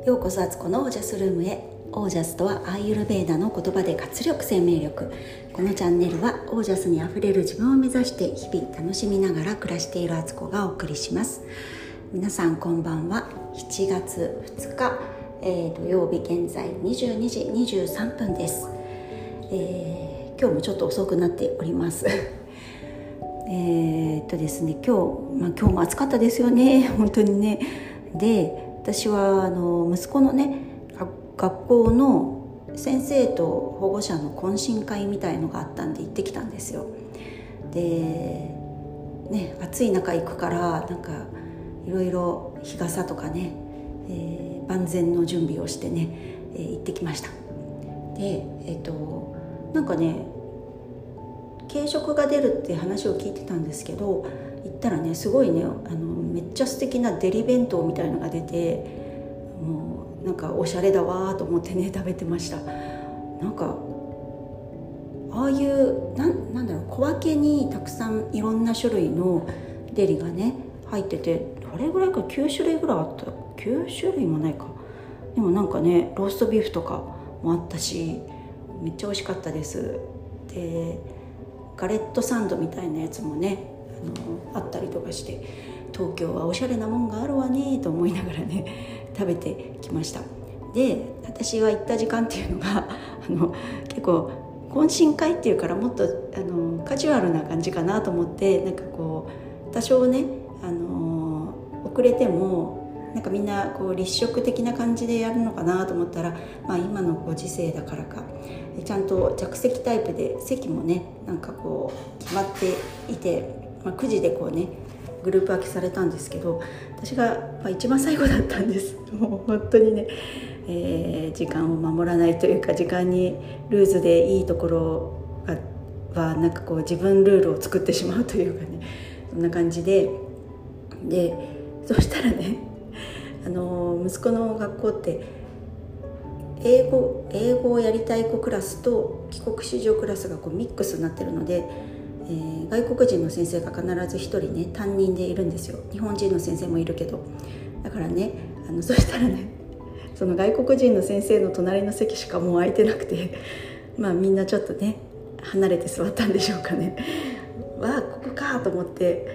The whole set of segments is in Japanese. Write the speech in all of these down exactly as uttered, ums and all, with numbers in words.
ようこそアツコのオージャスルームへ。オージャスとはアーユルヴェーダの言葉で活力生命力。このチャンネルはオージャスにあふれる自分を目指して日々楽しみながら暮らしているアツコがお送りします。皆さんこんばんは。しちがつふつか、えー、土曜日、現在にじゅうにじにじゅうさんぷんです。えー、今日もちょっと遅くなっておりますえーっとですね今日、まあ、今日も暑かったですよね本当にね。で、私はあの息子のね学校の先生と保護者の懇親会みたいのがあったんで行ってきたんですよ。で、ね、暑い中行くからなんかいろいろ日傘とかね、えー、万全の準備をしてね、えー、行ってきました。で、えーと、なんかね軽食が出るって話を聞いてたんですけど、行ったらねすごいねあのめっちゃ素敵なデリ弁当みたいなのが出て、もうなんかおしゃれだわと思ってね食べてました。なんかああいうな ん, なんだろう小分けにたくさんいろんな種類のデリがね入ってて、どれぐらいかきゅうしゅるいぐらいあった。きゅうしゅるいもないか。でもなんかねローストビーフとかもあったし、めっちゃ美味しかったです。でガレットサンドみたいなやつもね あ, のあったりとかして、東京はおしゃれなもんがあるわねと思いながらね食べてきました。で、私が行った時間っていうのがあの結構懇親会っていうからもっとあのカジュアルな感じかなと思って、なんかこう多少ねあの遅れてもなんかみんなこう立食的な感じでやるのかなと思ったら、まあ、今のご時世だからかちゃんと着席タイプで席もねなんかこう決まっていて、まあ、くじでこうねグループ分けされたんですけど、私がまあ一番最後だったんです。もう本当にね、えー、時間を守らないというか、時間にルーズでいいところがはなんかこう自分ルールを作ってしまうというかね、そんな感じで、でそしたらねあの息子の学校って英語英語をやりたい子クラスと帰国子女クラスがこうミックスになってるので、えー、外国人の先生が必ず一人ね担任でいるんですよ。日本人の先生もいるけど、だからねあのそしたらねその外国人の先生の隣の席しかもう空いてなくて、まあみんなちょっとね離れて座ったんでしょうかね。わあここかと思って、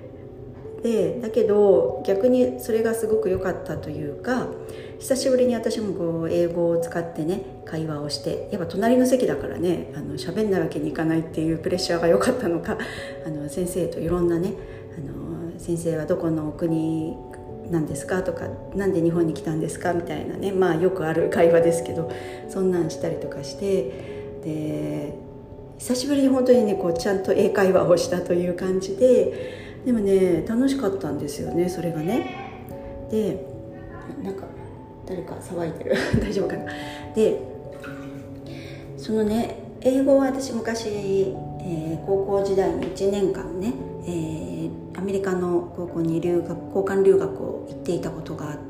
でだけど逆にそれがすごく良かったというか、久しぶりに私もこう英語を使ってね会話をして、やっぱ隣の席だからねあの喋んないわけにいかないっていうプレッシャーが良かったのか、あの先生といろんなねあの先生はどこのお国なんですかとか、なんで日本に来たんですかみたいなね、まあよくある会話ですけど、そんなんしたりとかして、で久しぶりに本当にねこうちゃんと英会話をしたという感じで、でもね楽しかったんですよねそれがね。でなんか誰か騒いでる大丈夫かな。でそのね英語は私昔、えー、高校時代にいちねんかんね、えー、アメリカの高校に留学交換留学を行っていたことがあって、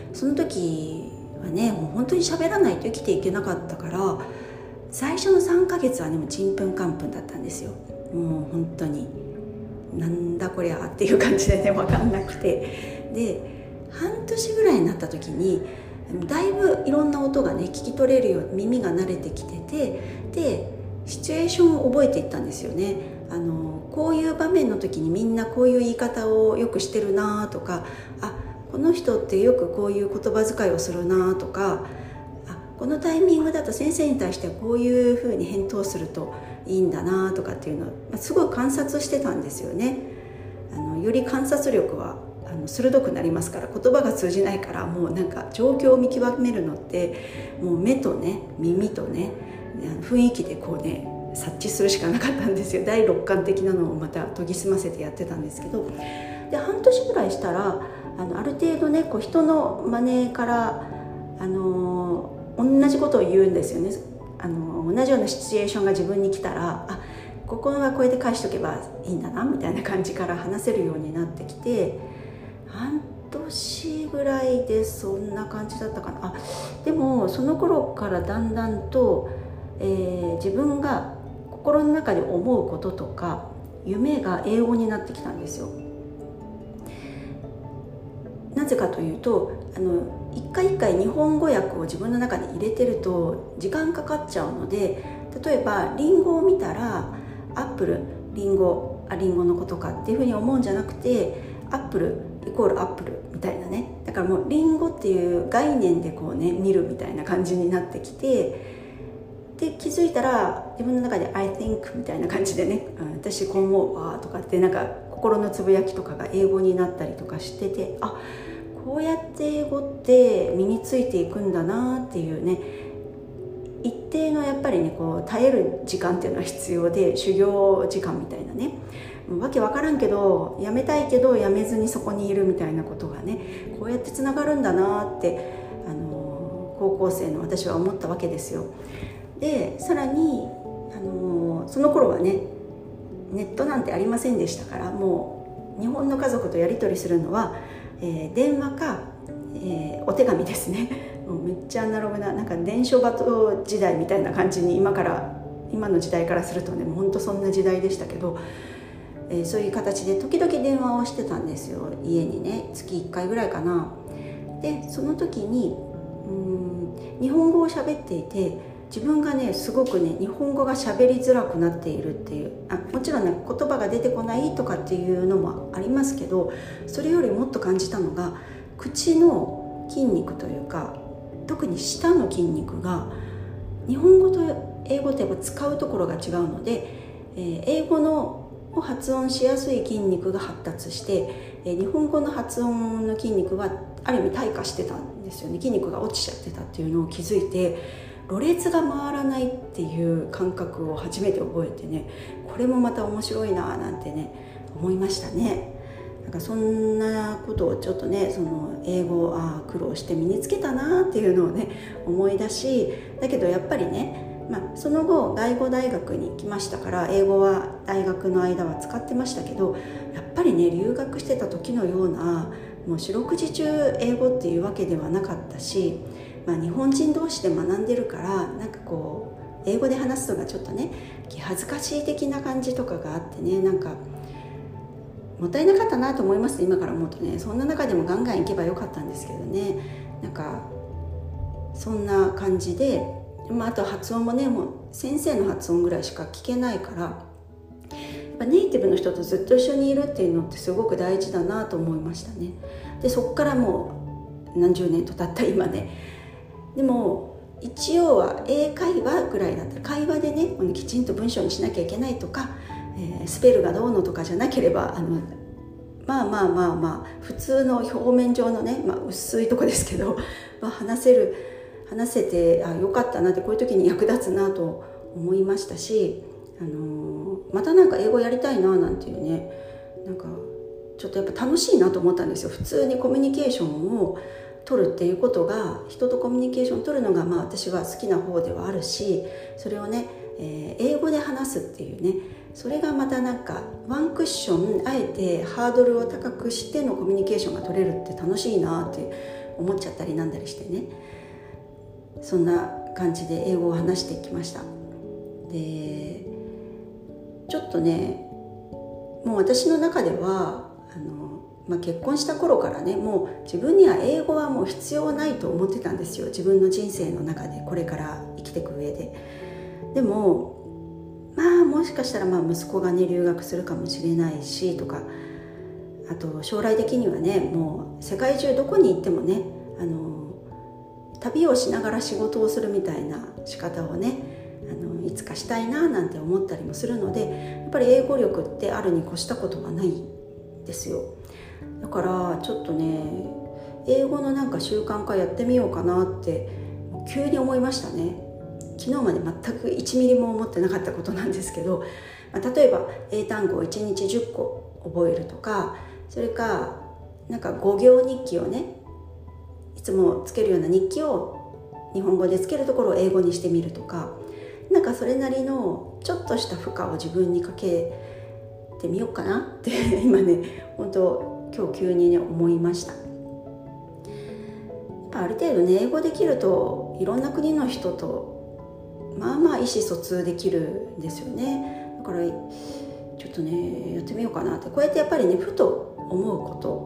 その時はねもう本当に喋らないと生きていけなかったから、最初のさんかげつはねもうちんぷんかんぷんだったんですよ。もう本当になんだこりゃっていう感じでね分かんなくて、で半年ぐらいになった時にだいぶいろんな音がね聞き取れるように耳が慣れてきてて、でシチュエーションを覚えていったんですよね。あのこういう場面の時にみんなこういう言い方をよくしてるなとか、あこの人ってよくこういう言葉遣いをするなとか、あこのタイミングだと先生に対してはこういうふうに返答するといいんだなとかっていうのをすごい観察してたんですよね。あのより観察力はあの鋭くなりますから、言葉が通じないから、もうなんか状況を見極めるのってもう目とね耳とね雰囲気でこうね察知するしかなかったんですよ。第六感的なのをまた研ぎ澄ませてやってたんですけど、で半年ぐらいしたらあのある程度ねこう人の真似からあの同じことを言うんですよね。あの同じようなシチュエーションが自分に来たら、あここはこれで返しとけばいいんだなみたいな感じから話せるようになってきて、半年ぐらいでそんな感じだったかな。あでもその頃からだんだんと、えー、自分が心の中で思うこととか夢が英語になってきたんですよ。 なぜかというと、あの一回一回日本語訳を自分の中に入れてると時間かかっちゃうので、例えばリンゴを見たらアップル、リンゴ、あリンゴのことかっていうふうに思うんじゃなくて、アップルイコールアップルみたいなね、だからもうリンゴっていう概念でこうね見るみたいな感じになってきて、で気づいたら自分の中で I think みたいな感じでね、うん、私こう思うわとかってなんか心のつぶやきとかが英語になったりとかしてて、あ、こうやって英語って身についていくんだなっていうね、一定のやっぱりねこう耐える時間っていうのは必要で、修行時間みたいなね、わけわからんけどやめたいけどやめずにそこにいるみたいなことがね、こうやってつながるんだなって、あの高校生の私は思ったわけですよ。でさらに、あのその頃はねネットなんてありませんでしたから、もう日本の家族とやり取りするのは、えー、電話か、えー、お手紙ですね。もうめっちゃアナログな、なんか伝書鳩時代みたいな感じに、今から今の時代からするとね、もうほんとそんな時代でしたけど、えー、そういう形で時々電話をしてたんですよ、家にね、月いっかいぐらいかな。でその時にうーん日本語を喋っていて、自分がねすごくね日本語が喋りづらくなっているっていう、あもちろんね言葉が出てこないとかっていうのもありますけど、それよりもっと感じたのが口の筋肉というか、特に舌の筋肉が日本語と英語とやっぱ使うところが違うので、えー、英語のを発音しやすい筋肉が発達して、えー、日本語の発音の筋肉はある意味退化してたんですよね。筋肉が落ちちゃってたっていうのを気づいて、ろれつが回らないっていう感覚を初めて覚えてね、これもまた面白いななんてね思いましたね。なんかそんなことをちょっとね、その英語をあ苦労して身につけたなっていうのをね思い出し、だけどやっぱりね、まあ、その後外語大学に来ましたから、英語は大学の間は使ってましたけど、やっぱりね留学してた時のようなもう四六時中英語っていうわけではなかったし、まあ、日本人同士で学んでるから、なんかこう英語で話すのがちょっとね気恥ずかしい的な感じとかがあってね、なんかもったいなかったなと思います。今から思うとね、そんな中でもガンガン行けばよかったんですけどね、なんかそんな感じで、まあ、あと発音もね、もう先生の発音ぐらいしか聞けないから、やっぱネイティブの人とずっと一緒にいるっていうのってすごく大事だなと思いましたね。でそっからもう何十年と経った今ね、でも一応は英会話ぐらいだったら、会話でねきちんと文章にしなきゃいけないとか、えー、スペルがどうのとかじゃなければ、あのまあまあまあまあ普通の表面上のね、まあ、薄いとこですけど、まあ、話せる話せて、あよかったなって、こういう時に役立つなと思いましたし、あのー、またなんか英語やりたいななんていうね、なんかちょっとやっぱ楽しいなと思ったんですよ。普通にコミュニケーションを取るっていうことが、人とコミュニケーションを取るのがまあ私は好きな方ではあるし、それをね、えー、英語で話すっていうね、それがまたなんかワンクッションあえてハードルを高くしてのコミュニケーションが取れるって楽しいなって思っちゃったりなんだりしてね、そんな感じで英語を話してきました。でちょっとね、もう私の中ではあのまあ、結婚した頃からね、もう自分には英語はもう必要ないと思ってたんですよ、自分の人生の中で、これから生きていく上で。でもまあもしかしたらまあ息子がね留学するかもしれないしとか、あと将来的にはね、もう世界中どこに行ってもね、あの旅をしながら仕事をするみたいな仕方をね、あのいつかしたいななんて思ったりもするので、やっぱり英語力ってあるに越したことはないですよ。だからちょっとね、英語のなんか習慣化やってみようかなって急に思いましたね。昨日まで全くいちミリも思ってなかったことなんですけど、まあ、例えば英単語をいちにちじゅっこ覚えるとか、それかなんかごぎょう日記をね、いつもつけるような日記を日本語でつけるところを英語にしてみるとか、なんかそれなりのちょっとした負荷を自分にかけてみようかなって今ね、本当今日急にね思いました。ある程度ね英語できると、いろんな国の人とまあまあ意思疎通できるんですよね。だからちょっとねやってみようかなって、こうやってやっぱりねふと思うこと、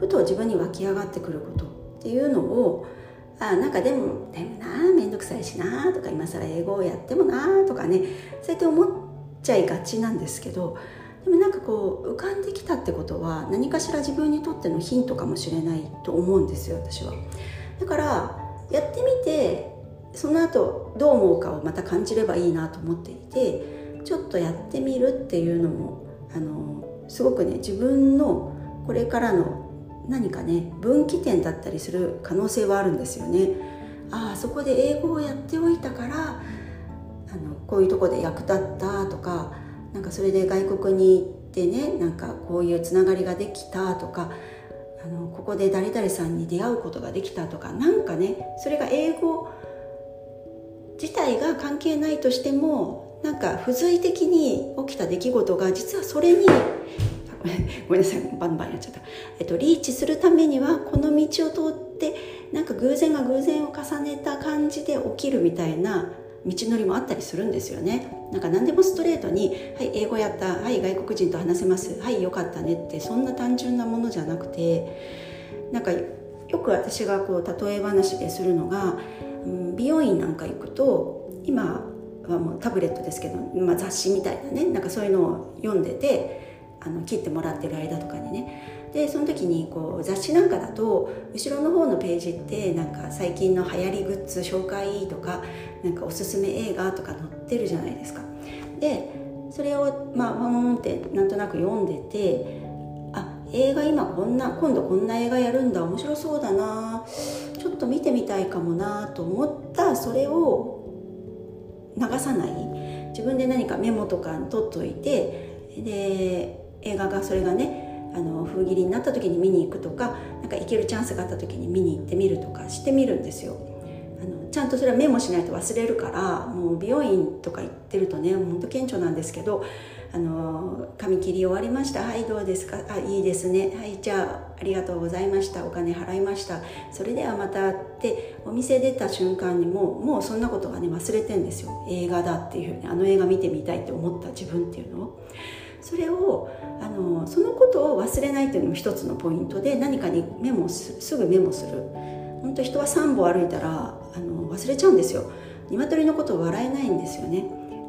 ふと自分に湧き上がってくることっていうのを、あなんかでもでもなめんどくさいしなとか、今更英語をやってもなとかね、そうやって思っちゃいがちなんですけど、でもなんかこう浮かんできたってことは何かしら自分にとってのヒントかもしれないと思うんですよ、私は。だからやってみて、その後どう思うかをまた感じればいいなと思っていて、ちょっとやってみるっていうのもあのすごくね、自分のこれからの何かね分岐点だったりする可能性はあるんですよね。ああそこで英語をやっておいたからあのこういうとこで役立ったとか、なんかそれで外国に行ってね、なんかこういうつながりができたとか、あのここで誰々さんに出会うことができたとか、なんかねそれが英語自体が関係ないとしても、なんか付随的に起きた出来事が実はそれにごめんなさいバンバンやっちゃった、えっと、リーチするためにはこの道を通ってなんか偶然が偶然を重ねた感じで起きるみたいな道のりもあったりするんですよね。なんか何でもストレートにはい英語やった、はい外国人と話せます、はいよかったねって、そんな単純なものじゃなくて、なんかよく私がこう例え話でするのが、うん、美容院なんか行くと、今はもうタブレットですけど、まあ、雑誌みたいなね、なんかそういうのを読んでて、あの切ってもらってる間とかにね、でその時にこう雑誌なんかだと後ろの方のページってなんか最近の流行りグッズ紹介とか、なんかおすすめ映画とか載ってるじゃないですか。でそれをまあポーンってなんとなく読んでて、あ映画今こんな今度こんな映画やるんだ、面白そうだな、ちょっと見てみたいかもなと思った、それを流さない、自分で何かメモとか取っといて、で映画がそれがねあの封切りになった時に見に行くとか、なんか行けるチャンスがあった時に見に行ってみるとかしてみるんですよ。あのちゃんとそれはメモしないと忘れるから、もう美容院とか行ってるとねほんと顕著なんですけど、あの髪切り終わりました、はいどうですか、あいいですね、はいじゃあありがとうございました、お金払いました、それではまたってお店出た瞬間にももうそんなことがね忘れてんですよ。映画だっていうふうに、あの映画見てみたいって思った自分っていうのを、それをあのそのことを忘れないっていうのも一つのポイントで、何かにメモすすぐメモする。本当人はさんぼ歩いたらあの忘れちゃうんですよ。鶏のことを笑えないんですよね。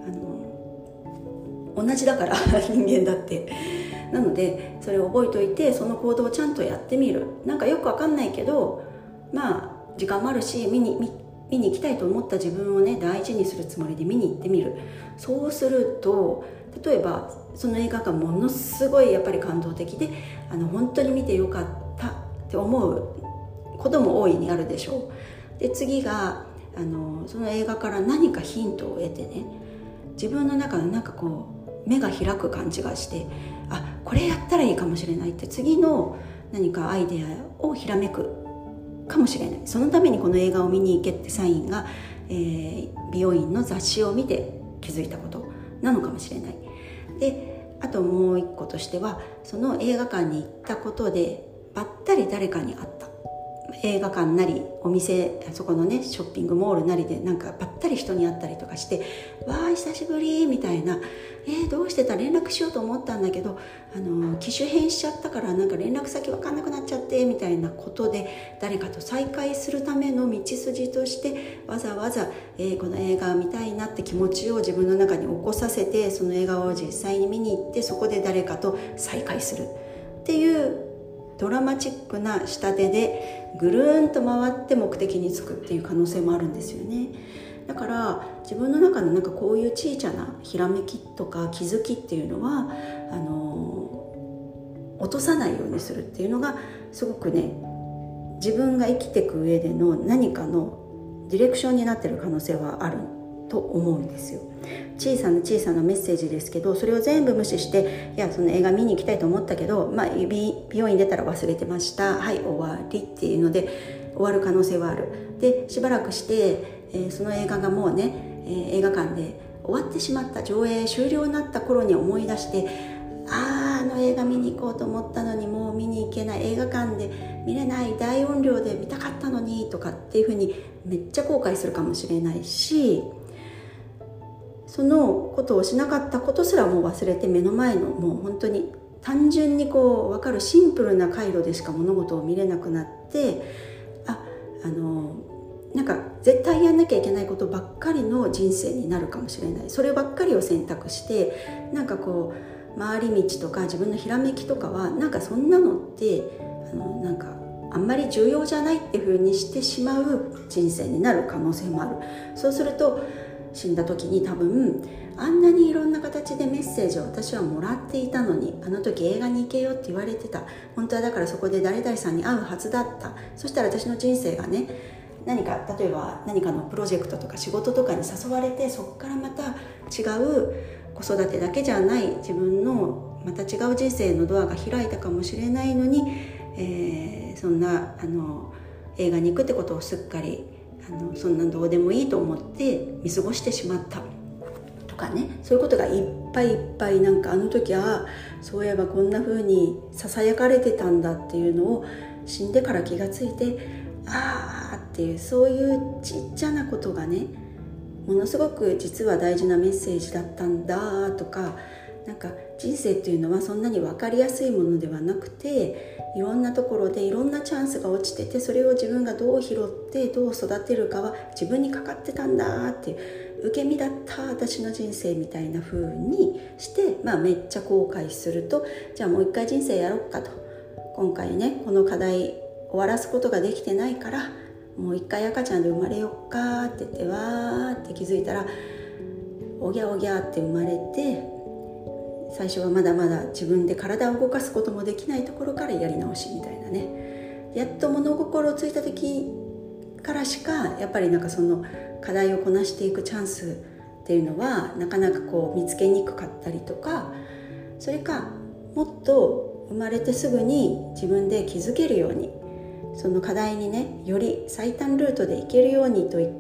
あの同じだから人間だって。なのでそれを覚えておいて、その行動をちゃんとやってみる。なんかよくわかんないけど、まあ時間もあるし見に見見に行きたいと思った自分をね大事にするつもりで見に行ってみる。そうすると例えばその映画がものすごいやっぱり感動的で、あの本当に見てよかったって思うことも大いにあるでしょう。で次があのその映画から何かヒントを得てね、自分の中のなんかこう目が開く感じがして、あこれやったらいいかもしれないって次の何かアイデアをひらめくかもしれない。そのためにこの映画を見に行けってサインが、えー、美容院の雑誌を見て気づいたことなのかもしれない。であともう一個としては、その映画館に行ったことでばったり誰かに会った、映画館なりお店、そこのねショッピングモールなりでなんかばったり人に会ったりとかして、わー久しぶりみたいな、えー、どうしてた、連絡しようと思ったんだけどあの機種変しちゃったからなんか連絡先分かんなくなっちゃってみたいなことで、誰かと再会するための道筋としてわざわざ、えー、この映画を見たいなって気持ちを自分の中に起こさせて、その映画を実際に見に行って、そこで誰かと再会するっていうドラマチックな仕立てでぐるーんと回って目的に着くっていう可能性もあるんですよね。だから自分の中のなんかこういう小さなひらめきとか気づきっていうのはあの落とさないようにするっていうのがすごくね、自分が生きていく上での何かのディレクションになってる可能性はあると思うんですよ。小さな小さなメッセージですけど、それを全部無視して、いやその映画見に行きたいと思ったけど、まあ、美, 美容院出たら忘れてました、はい終わりっていうので終わる可能性はある。でしばらくして、えー、その映画がもうね、えー、映画館で終わってしまった、上映終了になった頃に思い出して、あーあの映画見に行こうと思ったのにもう見に行けない、映画館で見れない、大音量で見たかったのにとかっていうふうにめっちゃ後悔するかもしれないし、そのことをしなかったことすらもう忘れて、目の前のもう本当に単純にこう分かるシンプルな回路でしか物事を見れなくなって、あ、あのなんか絶対やんなきゃいけないことばっかりの人生になるかもしれない。そればっかりを選択して、なんかこう回り道とか自分のひらめきとかはなんかそんなのってあのなんかあんまり重要じゃないっていう風にしてしまう人生になる可能性もある。そうすると死んだ時に多分あんなにいろんな形でメッセージを私はもらっていたのに、あの時映画に行けよって言われてた、本当はだからそこで誰々さんに会うはずだった。そしたら私の人生がね、何か例えば何かのプロジェクトとか仕事とかに誘われて、そこからまた違う子育てだけじゃない自分のまた違う人生のドアが開いたかもしれないのに、えー、そんなあの映画に行くってことをすっかりあのそんなどうでもいいと思って見過ごしてしまったとかね、そういうことがいっぱいいっぱい、なんかあの時はそういえばこんな風にささやかれてたんだっていうのを死んでから気がついて、あーっていう、そういうちっちゃなことがね、ものすごく実は大事なメッセージだったんだとか、なんか人生っていうのはそんなに分かりやすいものではなくて、いろんなところでいろんなチャンスが落ちてて、それを自分がどう拾ってどう育てるかは自分にかかってたんだっていう、受け身だった私の人生みたいな風にして、まあ、めっちゃ後悔すると、じゃあもう一回人生やろうかと、今回ねこの課題終わらすことができてないからもう一回赤ちゃんで生まれよっかって言って、わーって気づいたらおぎゃおぎゃって生まれて、最初はまだまだ自分で体を動かすこともできないところからやり直しみたいなね、やっと物心ついた時からしかやっぱりなんかその課題をこなしていくチャンスっていうのはなかなかこう見つけにくかったりとか、それかもっと生まれてすぐに自分で気づけるように、その課題にねより最短ルートで行けるようにと言って、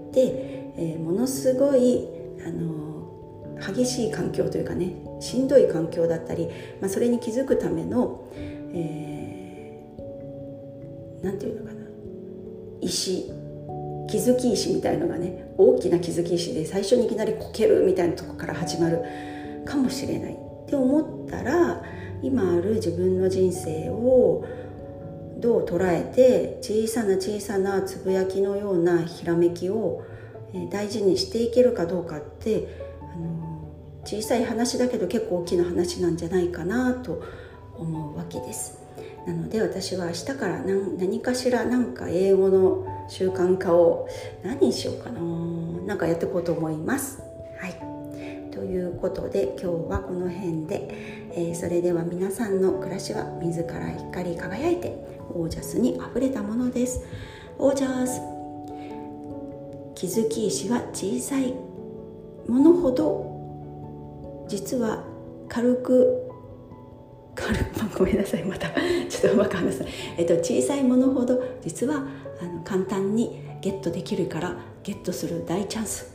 えー、ものすごいあの激しい環境というかね、しんどい環境だったり、まあ、それに気づくための、えー、なんていうのかな、石気づき石みたいのがね、大きな気づき石で最初にいきなりこけるみたいなとこから始まるかもしれないって思ったら、今ある自分の人生をどう捉えて、小さな小さなつぶやきのようなひらめきを大事にしていけるかどうかって、あの小さい話だけど結構大きな話なんじゃないかなと思うわけです。なので私は明日から 何, 何かしらなんか英語の習慣化を何にしようかな、なんかやっていこうと思います。はい、ということで今日はこの辺で、えー、それでは皆さんの暮らしは自ら光り輝いてオージャスにあふれたものです。オージャス、気づき石は小さいものほど実は軽く軽くごめんなさい、またちょっとうまく話す、えっと、小さいものほど実はあの簡単にゲットできるから、ゲットする大チャンス